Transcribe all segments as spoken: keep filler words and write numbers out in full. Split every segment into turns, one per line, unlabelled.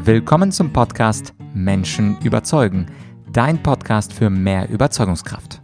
Willkommen zum Podcast Menschen überzeugen, dein Podcast für mehr Überzeugungskraft.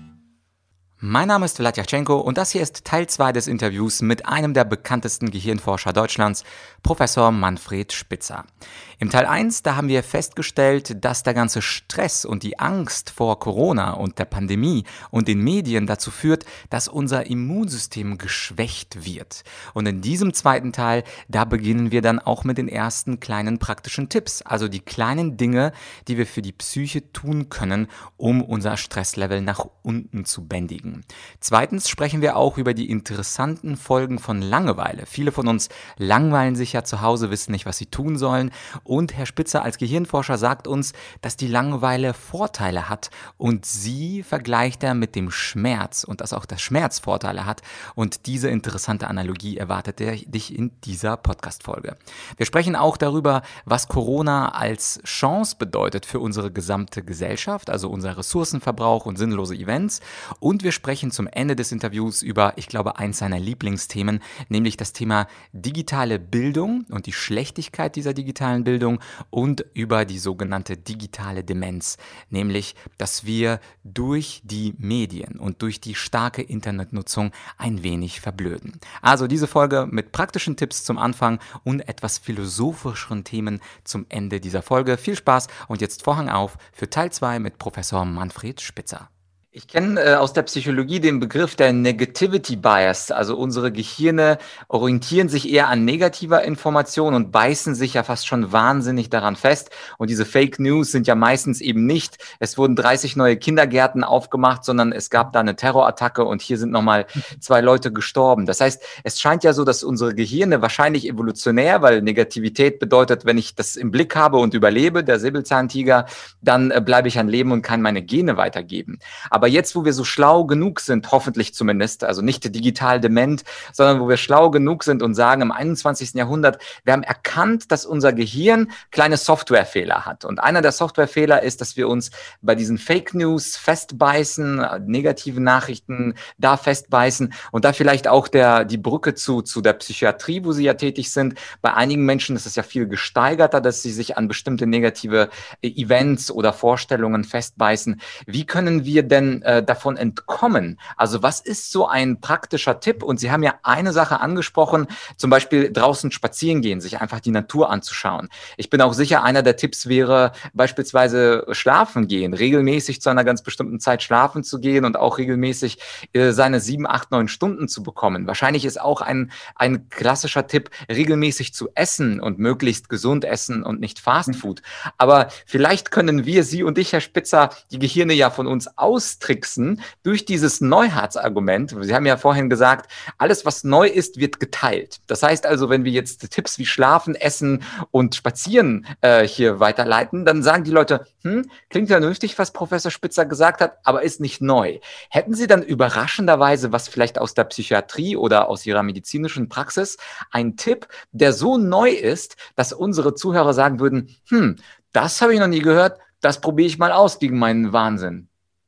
Mein Name ist Vladyachenko und das hier ist Teil zwei des Interviews mit einem der bekanntesten Gehirnforscher Deutschlands, Professor Manfred Spitzer. Im Teil eins, da haben wir festgestellt, dass der ganze Stress und die Angst vor Corona und der Pandemie und den Medien dazu führt, dass unser Immunsystem geschwächt wird. Und in diesem zweiten Teil, da beginnen wir dann auch mit den ersten kleinen praktischen Tipps, also die kleinen Dinge, die wir für die Psyche tun können, um unser Stresslevel nach unten zu bändigen. Zweitens sprechen wir auch über die interessanten Folgen von Langeweile. Viele von uns langweilen sich ja zu Hause, wissen nicht, was sie tun sollen. Und Herr Spitzer als Gehirnforscher sagt uns, dass die Langeweile Vorteile hat. Und sie vergleicht er mit dem Schmerz und dass auch der Schmerz Vorteile hat. Und diese interessante Analogie erwartet er dich in dieser Podcast-Folge. Wir sprechen auch darüber, was Corona als Chance bedeutet für unsere gesamte Gesellschaft, also unser Ressourcenverbrauch und sinnlose Events. Und wir sprechen zum Ende des Interviews über, ich glaube, eins seiner Lieblingsthemen, nämlich das Thema digitale Bildung und die Schlechtigkeit dieser digitalen Bildung und über die sogenannte digitale Demenz, nämlich, dass wir durch die Medien und durch die starke Internetnutzung ein wenig verblöden. Also diese Folge mit praktischen Tipps zum Anfang und etwas philosophischeren Themen zum Ende dieser Folge. Viel Spaß und jetzt Vorhang auf für Teil zwei mit Professor Manfred Spitzer. Ich kenne äh, aus der Psychologie den Begriff der Negativity Bias, also unsere Gehirne orientieren sich eher an negativer Information und beißen sich ja fast schon wahnsinnig daran fest. Und diese Fake News sind ja meistens eben nicht, es wurden dreißig neue Kindergärten aufgemacht, sondern es gab da eine Terrorattacke und hier sind nochmal zwei Leute gestorben. Das heißt, es scheint ja so, dass unsere Gehirne wahrscheinlich evolutionär, weil Negativität bedeutet, wenn ich das im Blick habe und überlebe, der Säbelzahntiger, dann äh, bleibe ich an Leben und kann meine Gene weitergeben. Aber jetzt, wo wir so schlau genug sind, hoffentlich zumindest, also nicht digital dement, sondern wo wir schlau genug sind und sagen, im einundzwanzigsten Jahrhundert, wir haben erkannt, dass unser Gehirn kleine Softwarefehler hat. Und einer der Softwarefehler ist, dass wir uns bei diesen Fake News festbeißen, negative Nachrichten da festbeißen und da vielleicht auch der, die Brücke zu, zu der Psychiatrie, wo Sie ja tätig sind. Bei einigen Menschen ist es ja viel gesteigerter, dass sie sich an bestimmte negative Events oder Vorstellungen festbeißen. Wie können wir denn äh, davon entkommen? Also was ist so ein praktischer Tipp? Und Sie haben ja eine Sache angesprochen, zum Beispiel draußen spazieren gehen, sich einfach die Natur anzuschauen. Ich bin auch sicher, einer der Tipps wäre beispielsweise schlafen gehen, regelmäßig zu einer ganz bestimmten Zeit schlafen zu gehen und auch regelmäßig äh, seine sieben, acht, neun Stunden zu bekommen. Wahrscheinlich ist auch ein, ein klassischer Tipp, regelmäßig zu essen und möglichst gesund essen und nicht Fast Food. Aber vielleicht können wir, Sie und ich, Herr Spitzer, die Gehirne ja von uns austricksen durch dieses Neuheitsargument. Sie haben ja vorhin gesagt, alles, was neu ist, wird geteilt. Das heißt also, wenn wir jetzt Tipps wie Schlafen, Essen und Spazieren äh, hier weiterleiten, dann sagen die Leute, hm, klingt ja vernünftig, was Professor Spitzer gesagt hat, aber ist nicht neu. Hätten Sie dann überraschenderweise, was vielleicht aus der Psychiatrie oder aus Ihrer medizinischen Praxis, einen Tipp, der so neu ist, dass unsere Zuhörer sagen würden, hm, das habe ich noch nie gehört, das probiere ich mal aus gegen meinen Wahnsinn?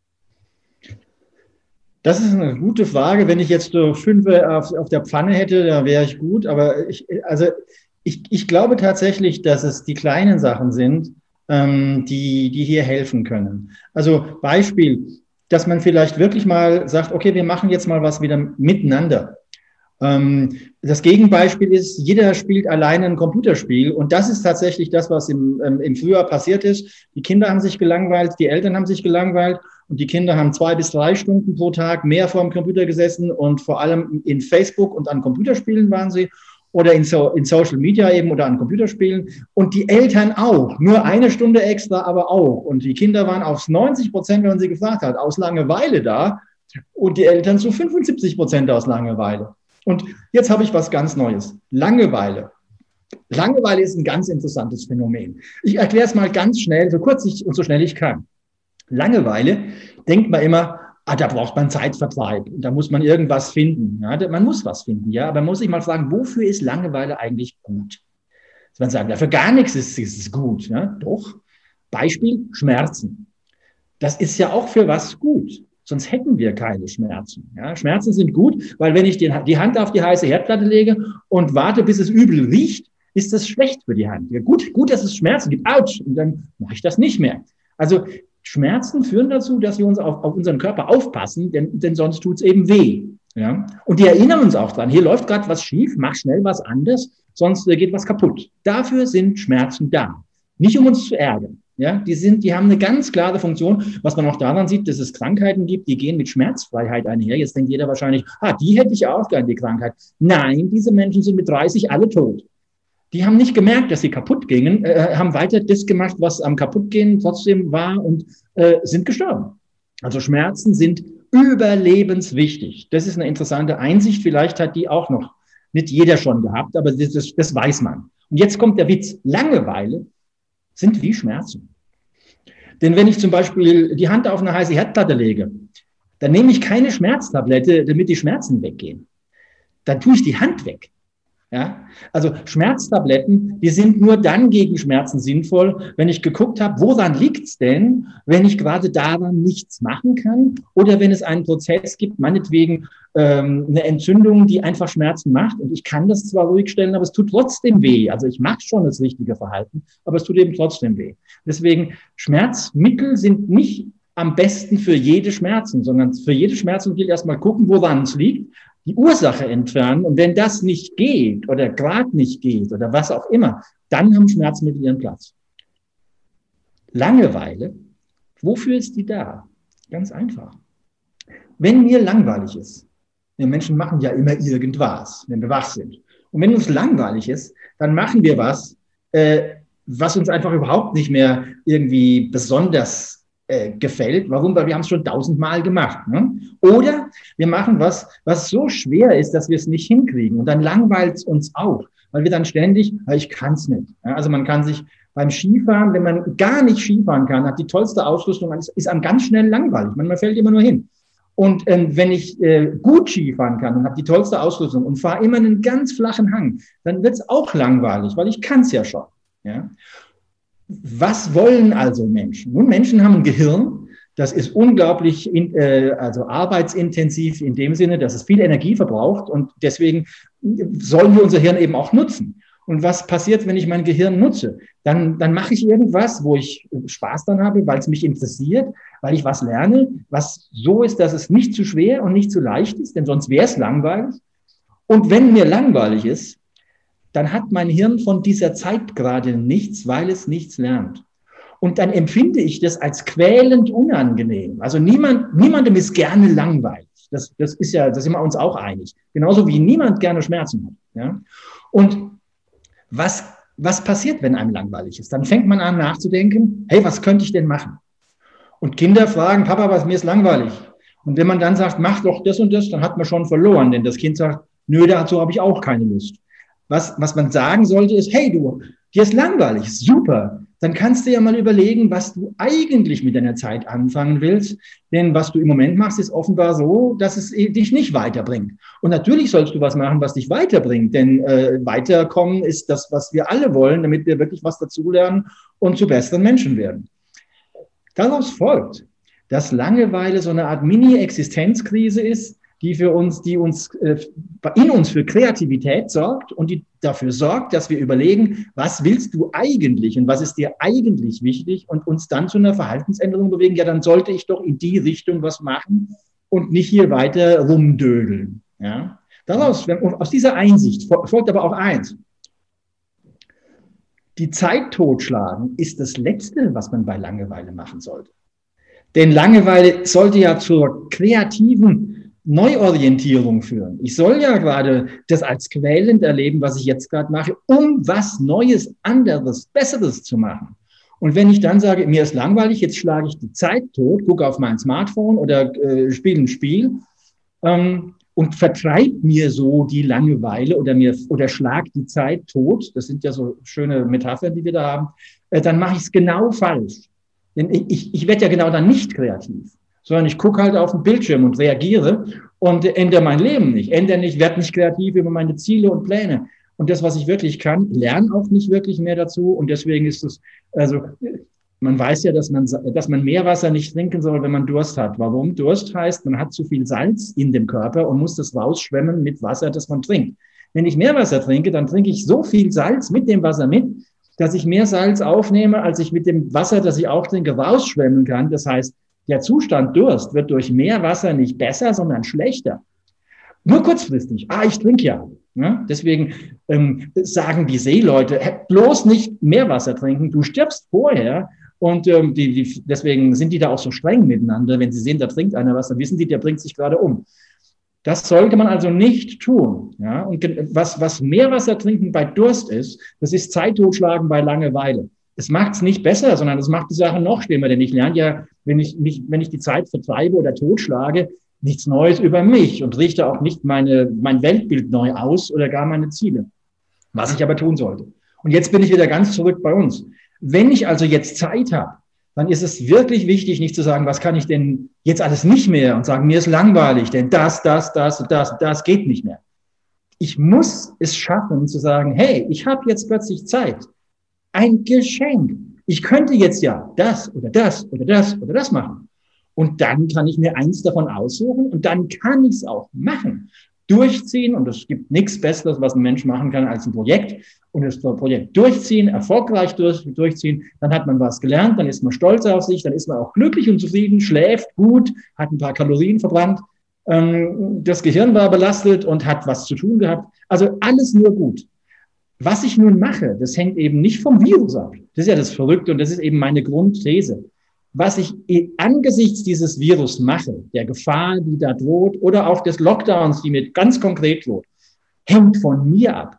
Das ist eine gute Frage. Wenn ich jetzt so fünf auf, auf der Pfanne hätte, dann wäre ich gut. Aber ich, also ich, ich glaube tatsächlich, dass es die kleinen Sachen sind, ähm, die, die hier helfen können. Also Beispiel, dass man vielleicht wirklich mal sagt, okay, wir machen jetzt mal was wieder miteinander. Ähm, das Gegenbeispiel ist, jeder spielt alleine ein Computerspiel. Und das ist tatsächlich das, was im, ähm, im Frühjahr passiert ist. Die Kinder haben sich gelangweilt, die Eltern haben sich gelangweilt. Und die Kinder haben zwei bis drei Stunden pro Tag mehr vor dem Computer gesessen und vor allem in Facebook und an Computerspielen waren sie oder in, so, in Social Media eben oder an Computerspielen. Und die Eltern auch, nur eine Stunde extra, aber auch. Und die Kinder waren auf neunzig Prozent, wenn man sie gefragt hat, aus Langeweile da und die Eltern zu fünfundsiebzig Prozent aus Langeweile. Und jetzt habe ich was ganz Neues. Langeweile. Langeweile ist ein ganz interessantes Phänomen. Ich erkläre es mal ganz schnell, so kurz ich, und so schnell ich kann. Langeweile denkt man immer, ah, da braucht man Zeitvertreib, da muss man irgendwas finden. Ja, man muss was finden, ja, aber man muss sich mal fragen, wofür ist Langeweile eigentlich gut? Man sagt, ja, für gar nichts ist, ist es gut. Ja, doch. Beispiel Schmerzen. Das ist ja auch für was gut. Sonst hätten wir keine Schmerzen. Ja, Schmerzen sind gut, weil wenn ich die, die Hand auf die heiße Herdplatte lege und warte, bis es übel riecht, ist das schlecht für die Hand. Ja, gut, gut, dass es Schmerzen gibt. Autsch, und dann mache ich das nicht mehr. Also Schmerzen führen dazu, dass wir uns auf, auf unseren Körper aufpassen, denn, denn sonst tut's eben weh. Ja? Und die erinnern uns auch dran, hier läuft gerade was schief, mach schnell was anders, sonst äh, geht was kaputt. Dafür sind Schmerzen da. Nicht um uns zu ärgern. Ja? Die, sind, die haben eine ganz klare Funktion, was man auch daran sieht, dass es Krankheiten gibt, die gehen mit Schmerzfreiheit einher. Jetzt denkt jeder wahrscheinlich, ah, die hätte ich auch gerne, die Krankheit. Nein, diese Menschen sind mit dreißig alle tot. Die haben nicht gemerkt, dass sie kaputt gingen, äh, haben weiter das gemacht, was am Kaputtgehen trotzdem war und äh, sind gestorben. Also Schmerzen sind überlebenswichtig. Das ist eine interessante Einsicht. Vielleicht hat die auch noch nicht jeder schon gehabt, aber das, das, das weiß man. Und jetzt kommt der Witz. Langeweile sind wie Schmerzen. Denn wenn ich zum Beispiel die Hand auf eine heiße Herdplatte lege, dann nehme ich keine Schmerztablette, damit die Schmerzen weggehen. Dann tue ich die Hand weg. Ja, also Schmerztabletten, die sind nur dann gegen Schmerzen sinnvoll, wenn ich geguckt habe, woran liegt's denn, wenn ich gerade daran nichts machen kann oder wenn es einen Prozess gibt, meinetwegen ähm, eine Entzündung, die einfach Schmerzen macht und ich kann das zwar ruhig stellen, aber es tut trotzdem weh. Also ich mache schon das richtige Verhalten, aber es tut eben trotzdem weh. Deswegen Schmerzmittel sind nicht am besten für jede Schmerzen, sondern für jede Schmerzen gilt erstmal gucken, woran es liegt, die Ursache entfernen und wenn das nicht geht oder gerade nicht geht oder was auch immer, dann haben Schmerzmittel ihren Platz. Langeweile, wofür ist die da? Ganz einfach. Wenn mir langweilig ist, wir Menschen machen ja immer irgendwas, wenn wir wach sind. Und wenn uns langweilig ist, dann machen wir was, äh, was uns einfach überhaupt nicht mehr irgendwie besonders gefällt. Warum? Weil wir haben es schon tausendmal gemacht. Ne? Oder wir machen was, was so schwer ist, dass wir es nicht hinkriegen. Und dann langweilt es uns auch, weil wir dann ständig, ich kann es nicht. Ja, also man kann sich beim Skifahren, wenn man gar nicht Skifahren kann, hat die tollste Ausrüstung, ist, ist einem ganz schnell langweilig. Man, man fällt immer nur hin. Und ähm, wenn ich äh, gut Skifahren kann und habe die tollste Ausrüstung und fahre immer einen ganz flachen Hang, dann wird es auch langweilig, weil ich kann es ja schon. Ja? Was wollen also Menschen? Nun, Menschen haben ein Gehirn, das ist unglaublich in, äh, also arbeitsintensiv in dem Sinne, dass es viel Energie verbraucht und deswegen sollen wir unser Hirn eben auch nutzen. Und was passiert, wenn ich mein Gehirn nutze? Dann, dann mache ich irgendwas, wo ich Spaß dran habe, weil es mich interessiert, weil ich was lerne, was so ist, dass es nicht zu schwer und nicht zu leicht ist, denn sonst wäre es langweilig. Und wenn mir langweilig ist, dann hat mein Hirn von dieser Zeit gerade nichts, weil es nichts lernt. Und dann empfinde ich das als quälend unangenehm. Also niemand, niemandem ist gerne langweilig. Das, das ist ja, da sind wir uns auch einig. Genauso wie niemand gerne Schmerzen hat. Ja? Und was, was passiert, wenn einem langweilig ist? Dann fängt man an nachzudenken, hey, was könnte ich denn machen? Und Kinder fragen, Papa, was, mir ist langweilig. Und wenn man dann sagt, mach doch das und das, dann hat man schon verloren. Denn das Kind sagt, nö, dazu habe ich auch keine Lust. Was, was man sagen sollte, ist, hey, du, dir ist langweilig, super. Dann kannst du ja mal überlegen, was du eigentlich mit deiner Zeit anfangen willst. Denn was du im Moment machst, ist offenbar so, dass es dich nicht weiterbringt. Und natürlich sollst du was machen, was dich weiterbringt. Denn äh, weiterkommen ist das, was wir alle wollen, damit wir wirklich was dazulernen und zu besseren Menschen werden. Daraus folgt, dass Langeweile so eine Art Mini-Existenzkrise ist, die für uns, die uns äh, in uns für Kreativität sorgt und die dafür sorgt, dass wir überlegen, was willst du eigentlich und was ist dir eigentlich wichtig und uns dann zu einer Verhaltensänderung bewegen. Ja, dann sollte ich doch in die Richtung was machen und nicht hier weiter rumdödeln. Ja? Daraus, aus dieser Einsicht folgt aber auch eins. Die Zeit totschlagen ist das Letzte, was man bei Langeweile machen sollte. Denn Langeweile sollte ja zur kreativen Neuorientierung führen. Ich soll ja gerade das als quälend erleben, was ich jetzt gerade mache, um was Neues, anderes, Besseres zu machen. Und wenn ich dann sage, mir ist langweilig, jetzt schlage ich die Zeit tot, gucke auf mein Smartphone oder äh, spiele ein Spiel ähm, und vertreibe mir so die Langeweile oder mir oder schlag die Zeit tot, das sind ja so schöne Metaphern, die wir da haben, äh, dann mache ich es genau falsch. Denn ich, ich werde ja genau dann nicht kreativ, sondern ich gucke halt auf den Bildschirm und reagiere und ändere mein Leben nicht, ändere nicht, werde nicht kreativ über meine Ziele und Pläne. Und das, was ich wirklich kann, lerne auch nicht wirklich mehr dazu. Und deswegen ist es, also man weiß ja, dass man, dass man Meerwasser nicht trinken soll, wenn man Durst hat. Warum? Durst heißt, man hat zu viel Salz in dem Körper und muss das rausschwemmen mit Wasser, das man trinkt. Wenn ich Meerwasser trinke, dann trinke ich so viel Salz mit dem Wasser mit, dass ich mehr Salz aufnehme, als ich mit dem Wasser, das ich auch trinke, rausschwemmen kann. Das heißt, der Zustand Durst wird durch Meerwasser nicht besser, sondern schlechter. Nur kurzfristig. Ah, ich trinke ja. Ja, deswegen ähm, sagen die Seeleute, bloß nicht Meerwasser trinken, du stirbst vorher. Und ähm, die, die, deswegen sind die da auch so streng miteinander. Wenn sie sehen, da trinkt einer was, dann wissen die, der bringt sich gerade um. Das sollte man also nicht tun. Ja? Und was, was Meerwasser trinken bei Durst ist, das ist Zeit totschlagen bei Langeweile. Es macht es nicht besser, sondern es macht die Sache noch schlimmer. Denn ich lerne ja, wenn ich, nicht, wenn ich die Zeit vertreibe oder totschlage, nichts Neues über mich und richte auch nicht meine, mein Weltbild neu aus oder gar meine Ziele, was ich aber tun sollte. Und jetzt bin ich wieder ganz zurück bei uns. Wenn ich also jetzt Zeit habe, dann ist es wirklich wichtig, nicht zu sagen, was kann ich denn jetzt alles nicht mehr und sagen, mir ist langweilig, denn das, das, das und das, das geht nicht mehr. Ich muss es schaffen zu sagen, hey, ich habe jetzt plötzlich Zeit. Ein Geschenk. Ich könnte jetzt ja das oder das oder das oder das machen. Und dann kann ich mir eins davon aussuchen und dann kann ich es auch machen. Durchziehen, und es gibt nichts Besseres, was ein Mensch machen kann, als ein Projekt. Und das Projekt durchziehen, erfolgreich durch, durchziehen, dann hat man was gelernt, dann ist man stolz auf sich, dann ist man auch glücklich und zufrieden, schläft gut, hat ein paar Kalorien verbrannt, ähm, das Gehirn war belastet und hat was zu tun gehabt. Also alles nur gut. Was ich nun mache, das hängt eben nicht vom Virus ab. Das ist ja das Verrückte und das ist eben meine Grundthese. Was ich angesichts dieses Virus mache, der Gefahr, die da droht, oder auch des Lockdowns, die mir ganz konkret droht, hängt von mir ab.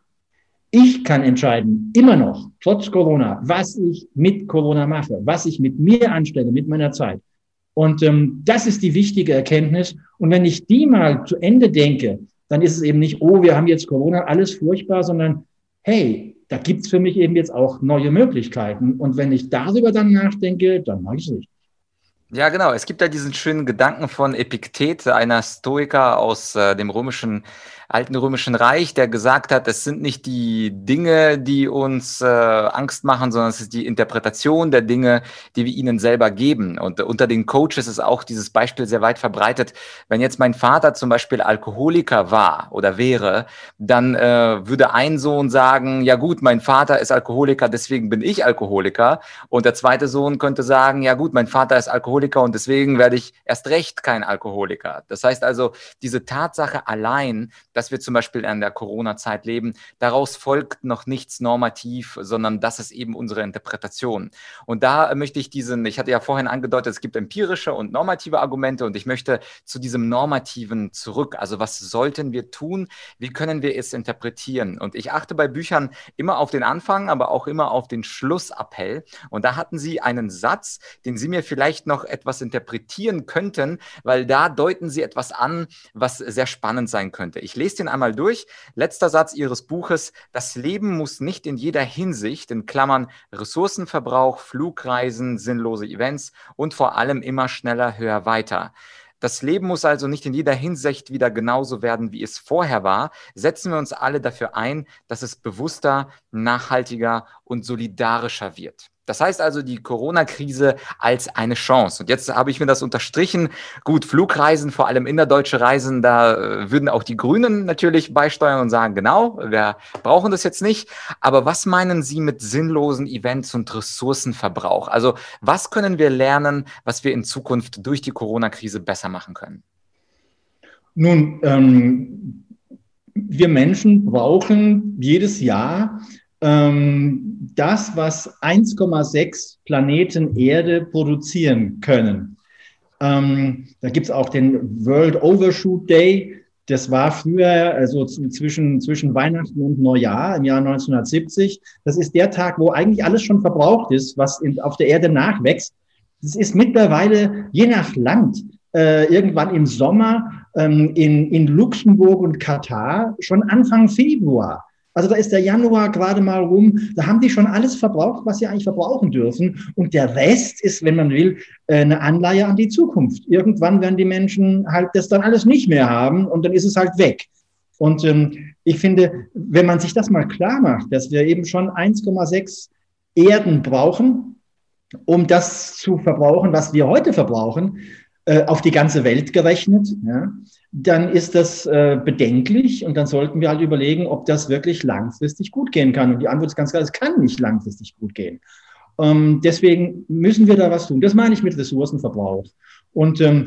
Ich kann entscheiden, immer noch, trotz Corona, was ich mit Corona mache, was ich mit mir anstelle, mit meiner Zeit. Und ähm, das ist die wichtige Erkenntnis. Und wenn ich die mal zu Ende denke, dann ist es eben nicht, oh, wir haben jetzt Corona, alles furchtbar, sondern hey, da gibt's für mich eben jetzt auch neue Möglichkeiten. Und wenn ich darüber dann nachdenke, dann mache ich es richtig.
Ja, genau. Es gibt ja diesen schönen Gedanken von Epiktet, einer Stoiker aus äh, dem römischen, alten römischen Reich, der gesagt hat, es sind nicht die Dinge, die uns äh, Angst machen, sondern es ist die Interpretation der Dinge, die wir ihnen selber geben. Und äh, unter den Coaches ist auch dieses Beispiel sehr weit verbreitet. Wenn jetzt mein Vater zum Beispiel Alkoholiker war oder wäre, dann äh, würde ein Sohn sagen, ja gut, mein Vater ist Alkoholiker, deswegen bin ich Alkoholiker. Und der zweite Sohn könnte sagen, ja gut, mein Vater ist Alkoholiker und deswegen werde ich erst recht kein Alkoholiker. Das heißt also, diese Tatsache allein, dass wir zum Beispiel in der Corona-Zeit leben, daraus folgt noch nichts normativ, sondern das ist eben unsere Interpretation. Und da möchte ich diesen, ich hatte ja vorhin angedeutet, es gibt empirische und normative Argumente und ich möchte zu diesem Normativen zurück. Also was sollten wir tun? Wie können wir es interpretieren? Und ich achte bei Büchern immer auf den Anfang, aber auch immer auf den Schlussappell. Und da hatten Sie einen Satz, den Sie mir vielleicht noch etwas interpretieren könnten, weil da deuten Sie etwas an, was sehr spannend sein könnte. Ich lese den einmal durch. Letzter Satz Ihres Buches. Das Leben muss nicht in jeder Hinsicht, in Klammern Ressourcenverbrauch, Flugreisen, sinnlose Events und vor allem immer schneller, höher, weiter. Das Leben muss also nicht in jeder Hinsicht wieder genauso werden, wie es vorher war. Setzen wir uns alle dafür ein, dass es bewusster, nachhaltiger und solidarischer wird. Das heißt also die Corona-Krise als eine Chance. Und jetzt habe ich mir das unterstrichen. Gut, Flugreisen, vor allem innerdeutsche Reisen, da äh, würden auch die Grünen natürlich beisteuern und sagen, genau, wir brauchen das jetzt nicht. Aber was meinen Sie mit sinnlosen Events und Ressourcenverbrauch? Also was können wir lernen, was wir in Zukunft durch die Corona-Krise besser machen können?
Nun, ähm, wir Menschen brauchen jedes Jahr das, was eins Komma sechs Planeten Erde produzieren können. Ähm, da gibt es auch den World Overshoot Day. Das war früher, also zwischen, zwischen Weihnachten und Neujahr im Jahr neunzehnhundertsiebzig. Das ist der Tag, wo eigentlich alles schon verbraucht ist, was in, auf der Erde nachwächst. Das ist mittlerweile je nach Land äh, irgendwann im Sommer ähm, in, in Luxemburg und Katar schon Anfang Februar. Also da ist der Januar gerade mal rum, da haben die schon alles verbraucht, was sie eigentlich verbrauchen dürfen. Und der Rest ist, wenn man will, eine Anleihe an die Zukunft. Irgendwann werden die Menschen halt das dann alles nicht mehr haben und dann ist es halt weg. Und ähm, ich finde, wenn man sich das mal klar macht, dass wir eben schon eins Komma sechs Erden brauchen, um das zu verbrauchen, was wir heute verbrauchen, äh, auf die ganze Welt gerechnet, ja, dann ist das äh, bedenklich und dann sollten wir halt überlegen, ob das wirklich langfristig gut gehen kann. Und die Antwort ist ganz klar, es kann nicht langfristig gut gehen. Ähm, deswegen müssen wir da was tun. Das meine ich mit Ressourcenverbrauch. Und ähm,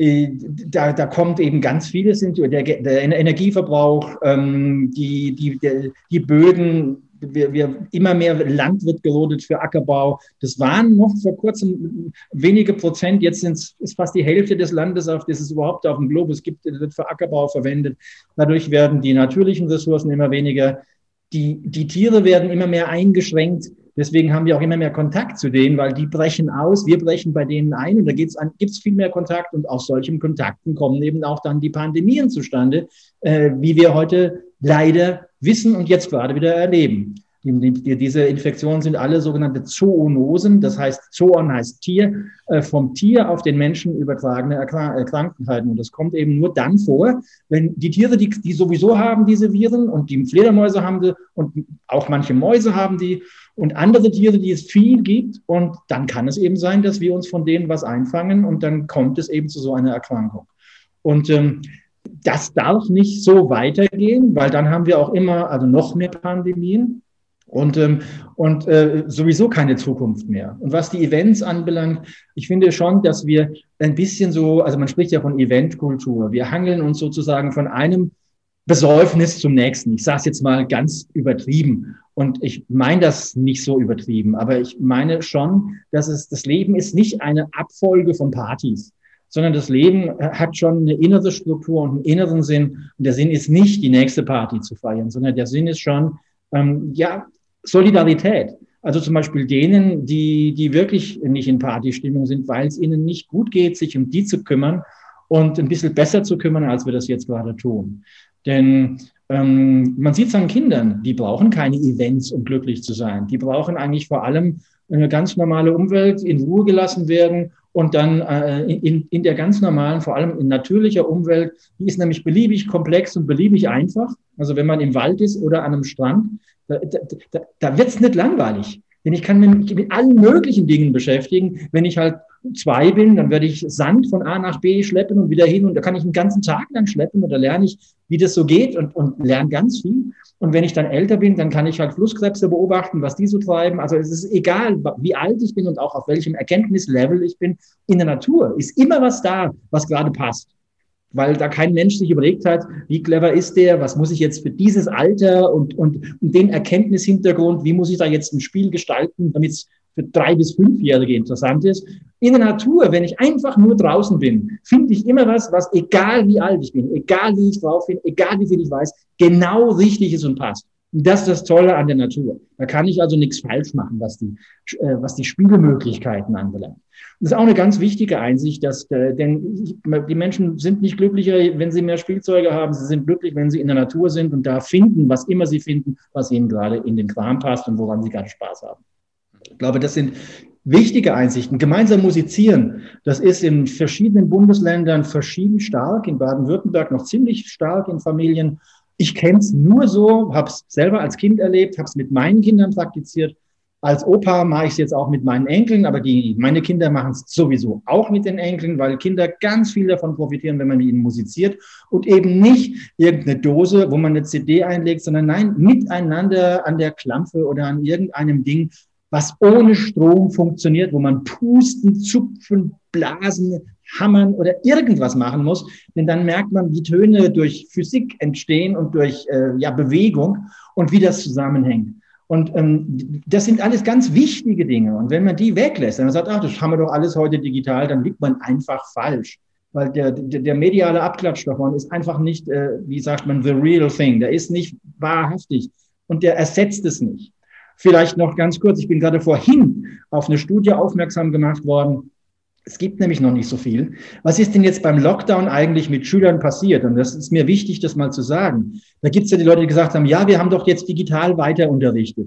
da, da kommt eben ganz vieles hinzu, der, der Energieverbrauch, ähm, die, die, der, die Böden, wir, wir, immer mehr Land wird gerodet für Ackerbau. Das waren noch vor kurzem wenige Prozent, jetzt sind's, ist fast die Hälfte des Landes, auf das es überhaupt auf dem Globus gibt, wird für Ackerbau verwendet. Dadurch werden die natürlichen Ressourcen immer weniger, die, die Tiere werden immer mehr eingeschränkt. Deswegen haben wir auch immer mehr Kontakt zu denen, weil die brechen aus, wir brechen bei denen ein und da gibt's an, gibt's viel mehr Kontakt und aus solchen Kontakten kommen eben auch dann die Pandemien zustande, äh, wie wir heute leider wissen und jetzt gerade wieder erleben. Die, die, diese Infektionen sind alle sogenannte Zoonosen, das heißt, Zoon heißt Tier, äh, vom Tier auf den Menschen übertragene Erkrank- Krankheiten. Und das kommt eben nur dann vor, wenn die Tiere, die, die sowieso haben diese Viren und die Fledermäuse haben die und auch manche Mäuse haben die und andere Tiere, die es viel gibt. Und dann kann es eben sein, dass wir uns von denen was einfangen und dann kommt es eben zu so einer Erkrankung. Und ähm, das darf nicht so weitergehen, weil dann haben wir auch immer, also noch mehr Pandemien. Und, ähm, und äh, sowieso keine Zukunft mehr. Und was die Events anbelangt, ich finde schon, dass wir ein bisschen so, also man spricht ja von Eventkultur, wir hangeln uns sozusagen von einem Besäufnis zum nächsten. Ich sage es jetzt mal ganz übertrieben. Und ich meine das nicht so übertrieben, aber ich meine schon, dass es das Leben ist nicht eine Abfolge von Partys, sondern das Leben hat schon eine innere Struktur und einen inneren Sinn. Und der Sinn ist nicht, die nächste Party zu feiern, sondern der Sinn ist schon, ähm, ja, Solidarität. Also zum Beispiel denen, die, die wirklich nicht in Partystimmung sind, weil es ihnen nicht gut geht, sich um die zu kümmern und ein bisschen besser zu kümmern, als wir das jetzt gerade tun. Denn ähm, man sieht es an Kindern, die brauchen keine Events, um glücklich zu sein. Die brauchen eigentlich vor allem eine ganz normale Umwelt, in Ruhe gelassen werden und dann äh, in, in der ganz normalen, vor allem in natürlicher Umwelt, die ist nämlich beliebig komplex und beliebig einfach. Also wenn man im Wald ist oder an einem Strand, da, da, da, da wird es nicht langweilig. Denn ich kann mich mit allen möglichen Dingen beschäftigen. Wenn ich halt zwei bin, dann werde ich Sand von A nach B schleppen und wieder hin. Und da kann ich einen ganzen Tag lang schleppen und da lerne ich, wie das so geht und, und lerne ganz viel. Und wenn ich dann älter bin, dann kann ich halt Flusskrebse beobachten, was die so treiben. Also es ist egal, wie alt ich bin und auch auf welchem Erkenntnislevel ich bin. In der Natur ist immer was da, was gerade passt. Weil da kein Mensch sich überlegt hat, wie clever ist der, was muss ich jetzt für dieses Alter und, und, und den Erkenntnishintergrund, wie muss ich da jetzt ein Spiel gestalten, damit es für drei- bis fünfjährige interessant ist. In der Natur, wenn ich einfach nur draußen bin, finde ich immer was, was egal wie alt ich bin, egal wie ich drauf bin, egal wie viel ich weiß, genau richtig ist und passt. Und das ist das Tolle an der Natur. Da kann ich also nichts falsch machen, was die, äh, was die Spielmöglichkeiten anbelangt. Das ist auch eine ganz wichtige Einsicht, dass, äh, denn die Menschen sind nicht glücklicher, wenn sie mehr Spielzeuge haben. Sie sind glücklich, wenn sie in der Natur sind und da finden, was immer sie finden, was ihnen gerade in den Kram passt und woran sie gerade Spaß haben. Ich glaube, das sind wichtige Einsichten. Gemeinsam musizieren, das ist in verschiedenen Bundesländern verschieden stark, in Baden-Württemberg noch ziemlich stark in Familien. Ich kenne es nur so, habe es selber als Kind erlebt, habe es mit meinen Kindern praktiziert. Als Opa mache ich es jetzt auch mit meinen Enkeln, aber die, meine Kinder machen es sowieso auch mit den Enkeln, weil Kinder ganz viel davon profitieren, wenn man mit ihnen musiziert und eben nicht irgendeine Dose, wo man eine C D einlegt, sondern nein, miteinander an der Klampfe oder an irgendeinem Ding, was ohne Strom funktioniert, wo man pusten, zupfen, blasen, hammern oder irgendwas machen muss, denn dann merkt man, wie Töne durch Physik entstehen und durch äh, ja, Bewegung und wie das zusammenhängt. Und ähm, das sind alles ganz wichtige Dinge. Und wenn man die weglässt, dann sagt, ach, das haben wir doch alles heute digital, dann liegt man einfach falsch. Weil der, der, der mediale Abklatsch davon ist einfach nicht, äh, wie sagt man, the real thing. Der ist nicht wahrhaftig und der ersetzt es nicht. Vielleicht noch ganz kurz, ich bin gerade vorhin auf eine Studie aufmerksam gemacht worden. Es gibt nämlich noch nicht so viel. Was ist denn jetzt beim Lockdown eigentlich mit Schülern passiert? Und das ist mir wichtig, das mal zu sagen. Da gibt es ja die Leute, die gesagt haben, ja, wir haben doch jetzt digital weiter unterrichtet.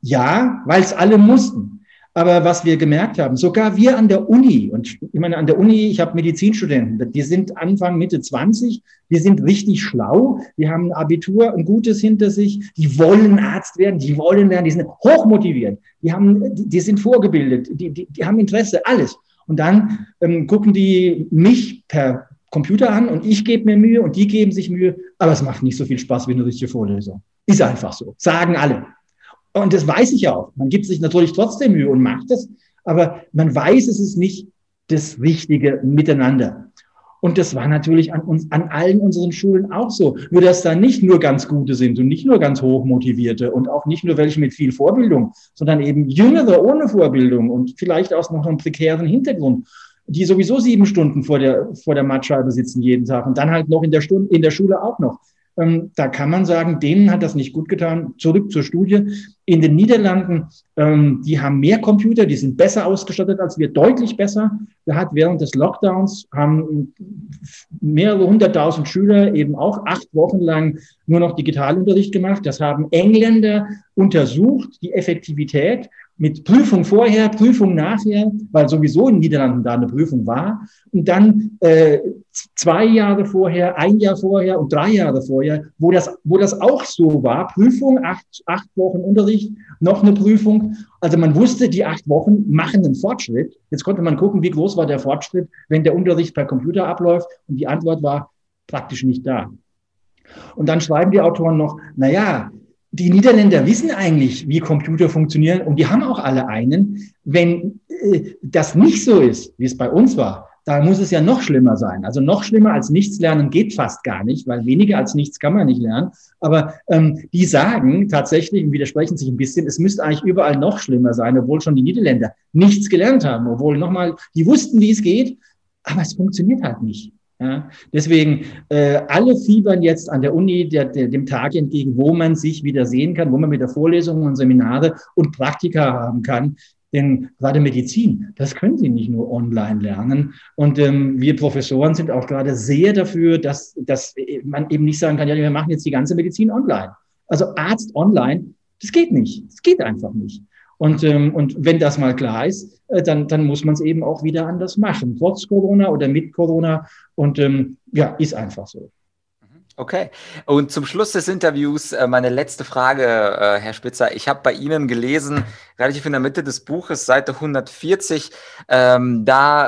Ja, weil es alle mussten. Aber was wir gemerkt haben, sogar wir an der Uni, und ich meine an der Uni, ich habe Medizinstudenten, die sind Anfang, Mitte zwanzig, die sind richtig schlau, die haben ein Abitur, ein gutes hinter sich, die wollen Arzt werden, die wollen lernen, die sind hochmotiviert, die haben, die, die sind vorgebildet, die, die, die haben Interesse, alles. Und dann ähm, gucken die mich per Computer an und ich gebe mir Mühe und die geben sich Mühe, aber es macht nicht so viel Spaß wie eine richtige Vorlesung. Ist einfach so, sagen alle. Und das weiß ich auch. Man gibt sich natürlich trotzdem Mühe und macht es, aber man weiß, es ist nicht das richtige Miteinander. Und das war natürlich an uns, an allen unseren Schulen auch so. Nur, dass da nicht nur ganz Gute sind und nicht nur ganz hochmotivierte und auch nicht nur welche mit viel Vorbildung, sondern eben Jüngere ohne Vorbildung und vielleicht auch noch einen prekären Hintergrund, die sowieso sieben Stunden vor der, vor der Mattscheibe sitzen jeden Tag und dann halt noch in der Stunde, in der Schule auch noch. Ähm, da kann man sagen, denen hat das nicht gut getan. Zurück zur Studie. In den Niederlanden, ähm, die haben mehr Computer, die sind besser ausgestattet als wir, deutlich besser. Da hat während des Lockdowns haben mehrere hunderttausend Schüler eben auch acht Wochen lang nur noch Digitalunterricht gemacht. Das haben Engländer untersucht, die Effektivität mit Prüfung vorher, Prüfung nachher, weil sowieso in den Niederlanden da eine Prüfung war. Und dann äh, zwei Jahre vorher, ein Jahr vorher und drei Jahre vorher, wo das, wo das auch so war, Prüfung, acht, acht Wochen Unterricht, noch eine Prüfung. Also man wusste, die acht Wochen machen einen Fortschritt. Jetzt konnte man gucken, wie groß war der Fortschritt, wenn der Unterricht per Computer abläuft. Und die Antwort war praktisch nicht da. Und dann schreiben die Autoren noch, na ja, die Niederländer wissen eigentlich, wie Computer funktionieren und die haben auch alle einen. Wenn äh, das nicht so ist, wie es bei uns war, da muss es ja noch schlimmer sein. Also noch schlimmer als nichts lernen geht fast gar nicht, weil weniger als nichts kann man nicht lernen. Aber ähm, die sagen tatsächlich, und widersprechen sich ein bisschen, es müsste eigentlich überall noch schlimmer sein, obwohl schon die Niederländer nichts gelernt haben, obwohl nochmal, die wussten, wie es geht, aber es funktioniert halt nicht. Ja, deswegen, äh, alle fiebern jetzt an der Uni der, der, dem Tag entgegen, wo man sich wieder sehen kann, wo man wieder Vorlesungen und Seminare und Praktika haben kann. Denn gerade Medizin, das können Sie nicht nur online lernen. Und ähm, wir Professoren sind auch gerade sehr dafür, dass, dass man eben nicht sagen kann, ja, wir machen jetzt die ganze Medizin online. Also Arzt online, das geht nicht. Das geht einfach nicht. Und, ähm, und wenn das mal klar ist, äh, dann, dann muss man es eben auch wieder anders machen, trotz Corona oder mit Corona. Und ähm, ja, ist einfach so.
Okay. Und zum Schluss des Interviews äh, meine letzte Frage, äh, Herr Spitzer. Ich habe bei Ihnen gelesen, relativ in der Mitte des Buches, Seite hundertvierzig, ähm,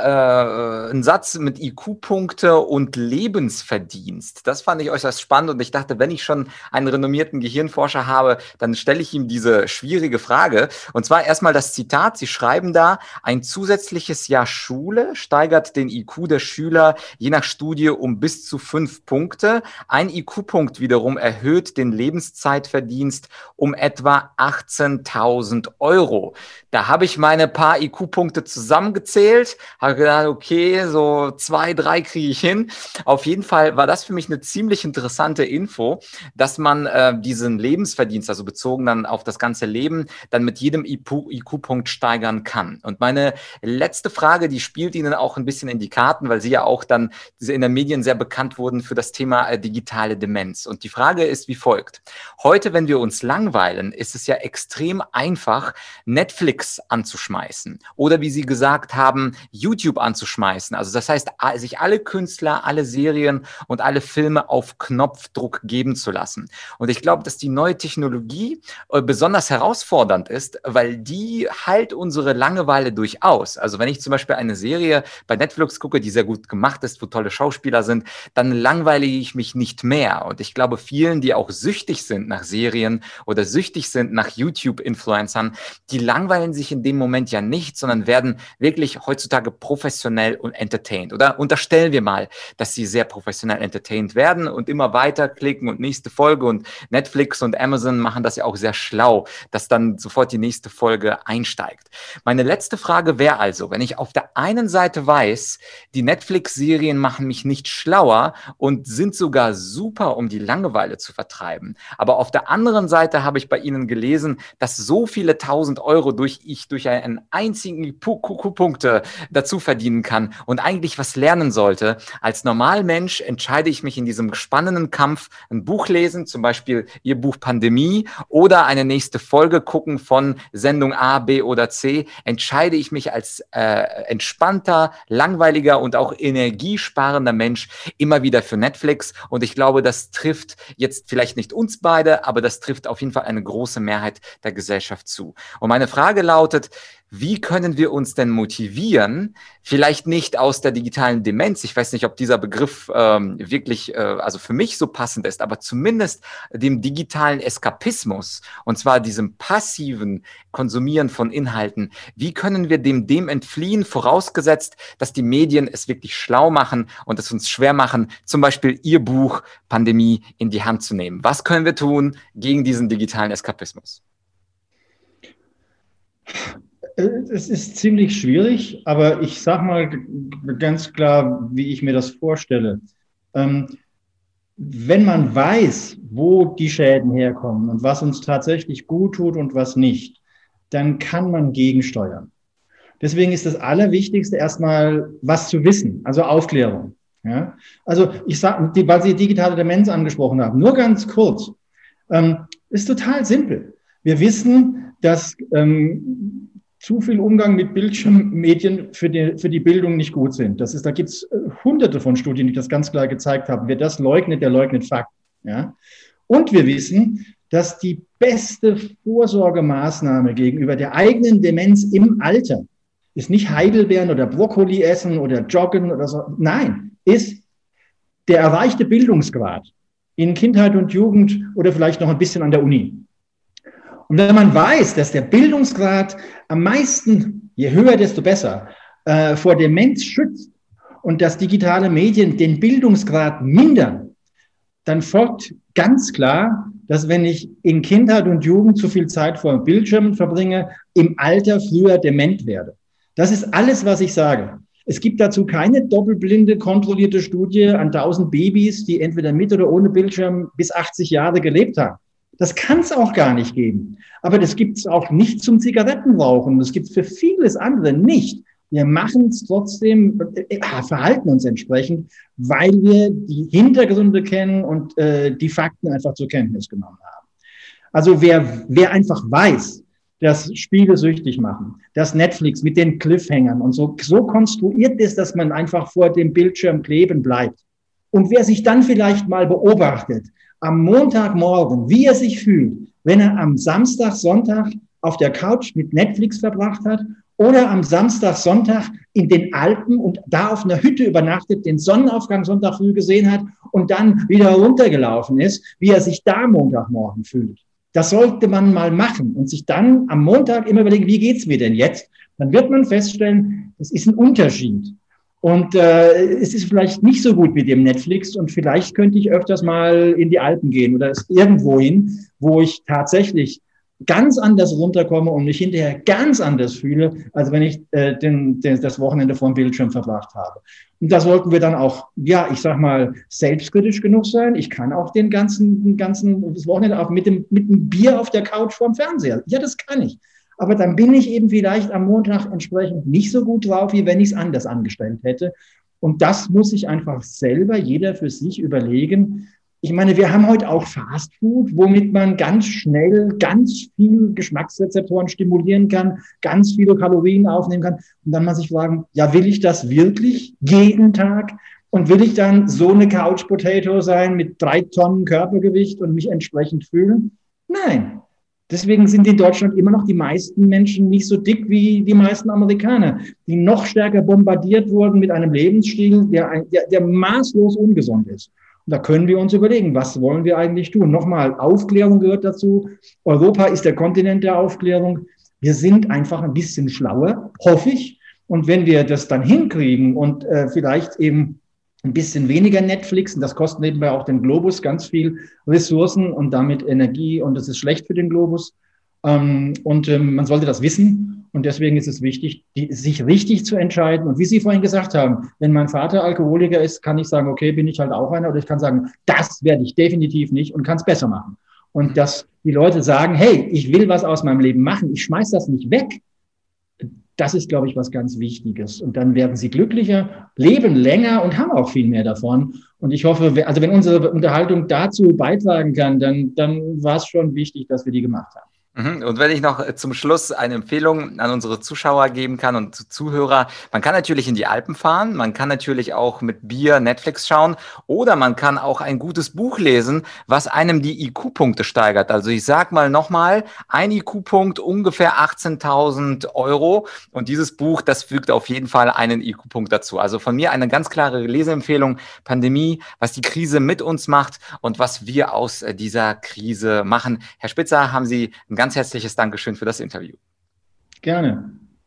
da äh, ein Satz mit I Q-Punkte und Lebensverdienst. Das fand ich äußerst spannend und ich dachte, wenn ich schon einen renommierten Gehirnforscher habe, dann stelle ich ihm diese schwierige Frage. Und zwar erstmal das Zitat. Sie schreiben da, ein zusätzliches Jahr Schule steigert den I Q der Schüler je nach Studie um bis zu fünf Punkte. Ein I Q-Punkt wiederum erhöht den Lebenszeitverdienst um etwa achtzehntausend Euro. Da habe ich meine paar I Q-Punkte zusammengezählt, habe gedacht, okay, so zwei, drei kriege ich hin. Auf jeden Fall war das für mich eine ziemlich interessante Info, dass man äh, diesen Lebensverdienst, also bezogen dann auf das ganze Leben, dann mit jedem I Q-Punkt steigern kann. Und meine letzte Frage, die spielt Ihnen auch ein bisschen in die Karten, weil Sie ja auch dann in den Medien sehr bekannt wurden für das Thema äh, digitale Demenz. Und die Frage ist wie folgt. Heute, wenn wir uns langweilen, ist es ja extrem einfach, Netflix anzuschmeißen oder wie Sie gesagt haben, YouTube anzuschmeißen. Also das heißt, sich alle Künstler, alle Serien und alle Filme auf Knopfdruck geben zu lassen. Und ich glaube, dass die neue Technologie besonders herausfordernd ist, weil die halt unsere Langeweile durchaus. Also wenn ich zum Beispiel eine Serie bei Netflix gucke, die sehr gut gemacht ist, wo tolle Schauspieler sind, dann langweile ich mich nicht mehr. Und ich glaube, vielen, die auch süchtig sind nach Serien oder süchtig sind nach YouTube-Influencern, die langweilen sich in dem Moment ja nicht, sondern werden wirklich heutzutage professionell und entertained. Oder unterstellen wir mal, dass sie sehr professionell entertained werden und immer weiter klicken und nächste Folge. Und Netflix und Amazon machen das ja auch sehr schlau, dass dann sofort die nächste Folge einsteigt. Meine letzte Frage wäre also, wenn ich auf der einen Seite weiß, die Netflix-Serien machen mich nicht schlauer und sind sogar super, um die Langeweile zu vertreiben. Aber auf der anderen Seite habe ich bei Ihnen gelesen, dass so viele tausend Euro durch ich durch einen einzigen I Q-Punkte dazu verdienen kann und eigentlich was lernen sollte. Als Normalmensch entscheide ich mich in diesem spannenden Kampf, ein Buch lesen, zum Beispiel Ihr Buch Pandemie oder eine nächste Folge gucken von Sendung A, B oder C, entscheide ich mich als äh, entspannter, langweiliger und auch energiesparender Mensch immer wieder für Netflix. Und ich glaube, das trifft jetzt vielleicht nicht uns beide, aber das trifft auf jeden Fall eine große Mehrheit der Gesellschaft zu. Und meine Frage lautet, Wie können wir uns denn motivieren, vielleicht nicht aus der digitalen Demenz, ich weiß nicht, ob dieser Begriff ähm, wirklich, äh, also für mich so passend ist, aber zumindest dem digitalen Eskapismus, und zwar diesem passiven Konsumieren von Inhalten, wie können wir dem, dem entfliehen, vorausgesetzt, dass die Medien es wirklich schlau machen und es uns schwer machen, zum Beispiel Ihr Buch Pandemie in die Hand zu nehmen. Was können wir tun gegen diesen digitalen Eskapismus?
Es ist ziemlich schwierig, aber ich sage mal ganz klar, wie ich mir das vorstelle. Ähm, wenn man weiß, wo die Schäden herkommen und was uns tatsächlich gut tut und was nicht, dann kann man gegensteuern. Deswegen ist das Allerwichtigste erstmal, was zu wissen, also Aufklärung. Ja? Also ich sage, weil Sie digitale Demenz angesprochen haben, nur ganz kurz, ähm, ist total simpel. Wir wissen, dass ähm, zu viel Umgang mit Bildschirmmedien für die, für die Bildung nicht gut sind. Das ist, da gibt es hunderte von Studien, die das ganz klar gezeigt haben. Wer das leugnet, der leugnet Fakten. Ja? Und wir wissen, dass die beste Vorsorgemaßnahme gegenüber der eigenen Demenz im Alter ist nicht Heidelbeeren oder Brokkoli essen oder Joggen oder so. Nein, ist der erreichte Bildungsgrad in Kindheit und Jugend oder vielleicht noch ein bisschen an der Uni. Und wenn man weiß, dass der Bildungsgrad am meisten, je höher, desto besser, äh, vor Demenz schützt und dass digitale Medien den Bildungsgrad mindern, dann folgt ganz klar, dass wenn ich in Kindheit und Jugend zu viel Zeit vor Bildschirmen verbringe, im Alter früher dement werde. Das ist alles, was ich sage. Es gibt dazu keine doppelblinde, kontrollierte Studie an tausend Babys, die entweder mit oder ohne Bildschirm bis achtzig Jahre gelebt haben. Das kann es auch gar nicht geben. Aber das gibt es auch nicht zum Zigarettenrauchen. Das gibt es für vieles andere nicht. Wir machen es trotzdem, äh, verhalten uns entsprechend, weil wir die Hintergründe kennen und äh, die Fakten einfach zur Kenntnis genommen haben. Also wer, wer einfach weiß, dass Spiele süchtig machen, dass Netflix mit den Cliffhangern und so, so konstruiert ist, dass man einfach vor dem Bildschirm kleben bleibt. Und wer sich dann vielleicht mal beobachtet, am Montagmorgen, wie er sich fühlt, wenn er am Samstag, Sonntag auf der Couch mit Netflix verbracht hat oder am Samstag, Sonntag in den Alpen und da auf einer Hütte übernachtet, den Sonnenaufgang Sonntag früh gesehen hat und dann wieder runtergelaufen ist, wie er sich da Montagmorgen fühlt. Das sollte man mal machen und sich dann am Montag immer überlegen, wie geht's mir denn jetzt? Dann wird man feststellen, das ist ein Unterschied. Und äh, es ist vielleicht nicht so gut mit dem Netflix und vielleicht könnte ich öfters mal in die Alpen gehen oder irgendwo hin, wo ich tatsächlich ganz anders runterkomme und mich hinterher ganz anders fühle, als wenn ich äh, den, den, das Wochenende vor dem Bildschirm verbracht habe. Und da sollten wir dann auch, ja, ich sag mal, selbstkritisch genug sein. Ich kann auch den ganzen, den ganzen das Wochenende auch mit dem, mit dem Bier auf der Couch vorm Fernseher. Ja, das kann ich. Aber dann bin ich eben vielleicht am Montag entsprechend nicht so gut drauf, wie wenn ich es anders angestellt hätte. Und das muss sich einfach selber jeder für sich überlegen. Ich meine, wir haben heute auch Fast Food, womit man ganz schnell ganz viel Geschmacksrezeptoren stimulieren kann, ganz viele Kalorien aufnehmen kann. Und dann mal sich fragen, ja, will ich das wirklich jeden Tag? Und will ich dann so eine Couch Potato sein mit drei Tonnen Körpergewicht und mich entsprechend fühlen? Nein. Deswegen sind in Deutschland immer noch die meisten Menschen nicht so dick wie die meisten Amerikaner, die noch stärker bombardiert wurden mit einem Lebensstil, der, der, der maßlos ungesund ist. Und da können wir uns überlegen, was wollen wir eigentlich tun? Nochmal, Aufklärung gehört dazu. Europa ist der Kontinent der Aufklärung. Wir sind einfach ein bisschen schlauer, hoffe ich. Und wenn wir das dann hinkriegen und äh, vielleicht eben ein bisschen weniger Netflix, und das kostet nebenbei auch den Globus ganz viel Ressourcen und damit Energie und das ist schlecht für den Globus. Ähm, und ähm, man sollte das wissen und deswegen ist es wichtig, die, sich richtig zu entscheiden. Und wie Sie vorhin gesagt haben, wenn mein Vater Alkoholiker ist, kann ich sagen, okay, bin ich halt auch einer, oder ich kann sagen, das werde ich definitiv nicht und kann es besser machen. Und dass die Leute sagen, hey, ich will was aus meinem Leben machen, ich schmeiß das nicht weg. Das ist, glaube ich, was ganz Wichtiges. Und dann werden sie glücklicher, leben länger und haben auch viel mehr davon. Und ich hoffe, also wenn unsere Unterhaltung dazu beitragen kann, dann, dann war es schon wichtig, dass wir die gemacht haben.
Und wenn ich noch zum Schluss eine Empfehlung an unsere Zuschauer geben kann und Zuhörer, man kann natürlich in die Alpen fahren, man kann natürlich auch mit Bier Netflix schauen oder man kann auch ein gutes Buch lesen, was einem die I Q-Punkte steigert. Also ich sag mal nochmal, ein I Q-Punkt ungefähr achtzehntausend Euro und dieses Buch, das fügt auf jeden Fall einen I Q-Punkt dazu. Also von mir eine ganz klare Leseempfehlung, Pandemie, was die Krise mit uns macht und was wir aus dieser Krise machen. Herr Spitzer, haben Sie ein ganz herzliches Dankeschön für das Interview.
Gerne.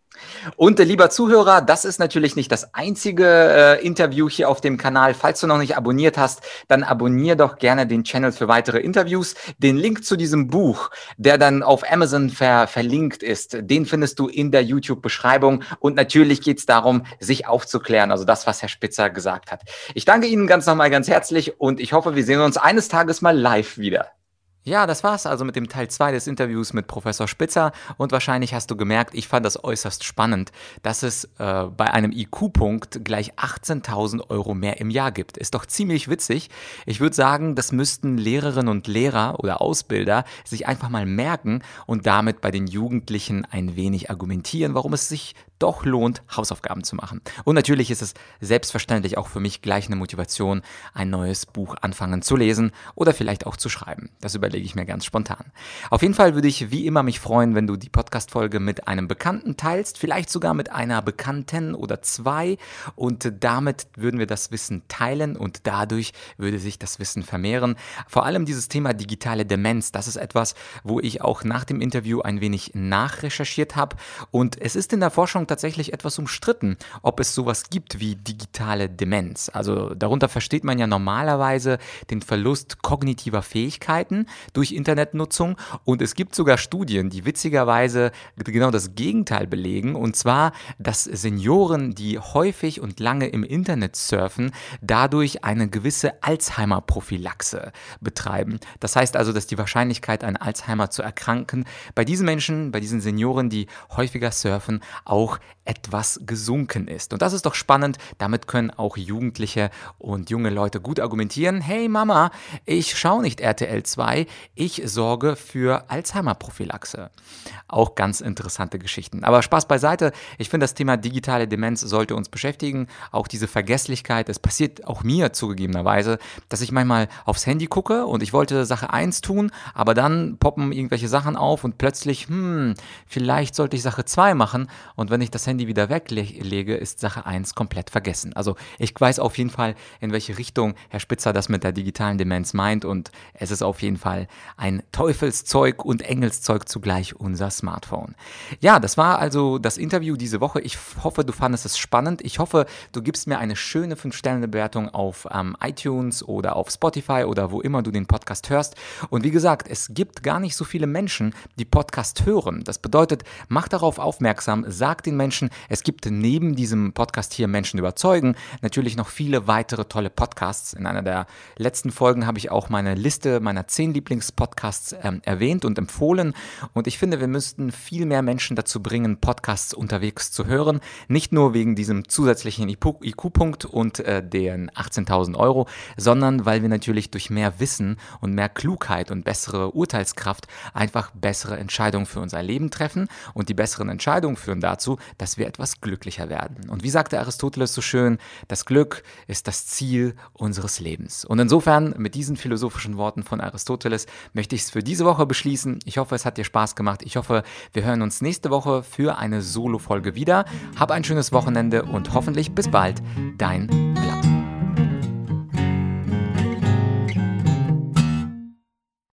Und äh, lieber Zuhörer, das ist natürlich nicht das einzige äh, Interview hier auf dem Kanal. Falls du noch nicht abonniert hast, dann abonnier doch gerne den Channel für weitere Interviews. Den Link zu diesem Buch, der dann auf Amazon ver verlinkt ist, den findest du in der YouTube-Beschreibung. Und natürlich geht es darum, sich aufzuklären, also das, was Herr Spitzer gesagt hat. Ich danke Ihnen ganz nochmal ganz herzlich und ich hoffe, wir sehen uns eines Tages mal live wieder. Ja, das war's also mit dem Teil zwei des Interviews mit Professor Spitzer und wahrscheinlich hast du gemerkt, ich fand das äußerst spannend, dass es äh, bei einem I Q-Punkt gleich achtzehntausend Euro mehr im Jahr gibt. Ist doch ziemlich witzig. Ich würde sagen, das müssten Lehrerinnen und Lehrer oder Ausbilder sich einfach mal merken und damit bei den Jugendlichen ein wenig argumentieren, warum es sich doch lohnt, Hausaufgaben zu machen. Und natürlich ist es selbstverständlich auch für mich gleich eine Motivation, ein neues Buch anfangen zu lesen oder vielleicht auch zu schreiben. Das überlege ich mir ganz spontan. Auf jeden Fall würde ich wie immer mich freuen, wenn du die Podcast-Folge mit einem Bekannten teilst, vielleicht sogar mit einer Bekannten oder zwei und damit würden wir das Wissen teilen und dadurch würde sich das Wissen vermehren. Vor allem dieses Thema digitale Demenz, das ist etwas, wo ich auch nach dem Interview ein wenig nachrecherchiert habe und es ist in der Forschung tatsächlich etwas umstritten, ob es sowas gibt wie digitale Demenz. Also darunter versteht man ja normalerweise den Verlust kognitiver Fähigkeiten durch Internetnutzung und es gibt sogar Studien, die witzigerweise genau das Gegenteil belegen und zwar, dass Senioren, die häufig und lange im Internet surfen, dadurch eine gewisse Alzheimer-Prophylaxe betreiben. Das heißt also, dass die Wahrscheinlichkeit, an Alzheimer zu erkranken, bei diesen Menschen, bei diesen Senioren, die häufiger surfen, auch etwas gesunken ist. Und das ist doch spannend. Damit können auch Jugendliche und junge Leute gut argumentieren. Hey Mama, ich schaue nicht R T L zwei, ich sorge für Alzheimer-Prophylaxe. Auch ganz interessante Geschichten. Aber Spaß beiseite. Ich finde, das Thema digitale Demenz sollte uns beschäftigen. Auch diese Vergesslichkeit. Es passiert auch mir zugegebenerweise, dass ich manchmal aufs Handy gucke und ich wollte Sache eins tun, aber dann poppen irgendwelche Sachen auf und plötzlich, hm, vielleicht sollte ich Sache zwei machen. Und wenn ich das Handy wieder weglege, ist Sache eins komplett vergessen. Also ich weiß auf jeden Fall, in welche Richtung Herr Spitzer das mit der digitalen Demenz meint und es ist auf jeden Fall ein Teufelszeug und Engelszeug zugleich, unser Smartphone. Ja, das war also das Interview diese Woche. Ich hoffe, du fandest es spannend. Ich hoffe, du gibst mir eine schöne fünf Sterne Bewertung auf ähm, iTunes oder auf Spotify oder wo immer du den Podcast hörst. Und wie gesagt, es gibt gar nicht so viele Menschen, die Podcast hören. Das bedeutet, mach darauf aufmerksam, sag den Menschen, es gibt neben diesem Podcast hier Menschen überzeugen, natürlich noch viele weitere tolle Podcasts. In einer der letzten Folgen habe ich auch meine Liste meiner zehn Lieblingspodcasts ähm, erwähnt und empfohlen und ich finde, wir müssten viel mehr Menschen dazu bringen, Podcasts unterwegs zu hören, nicht nur wegen diesem zusätzlichen I Q-Punkt und äh, den achtzehntausend Euro, sondern weil wir natürlich durch mehr Wissen und mehr Klugheit und bessere Urteilskraft einfach bessere Entscheidungen für unser Leben treffen und die besseren Entscheidungen führen dazu, dass wir etwas glücklicher werden. Und wie sagte Aristoteles so schön, das Glück ist das Ziel unseres Lebens. Und insofern, mit diesen philosophischen Worten von Aristoteles, möchte ich es für diese Woche beschließen. Ich hoffe, es hat dir Spaß gemacht. Ich hoffe, wir hören uns nächste Woche für eine Solo-Folge wieder. Hab ein schönes Wochenende und hoffentlich bis bald. Dein Vlad.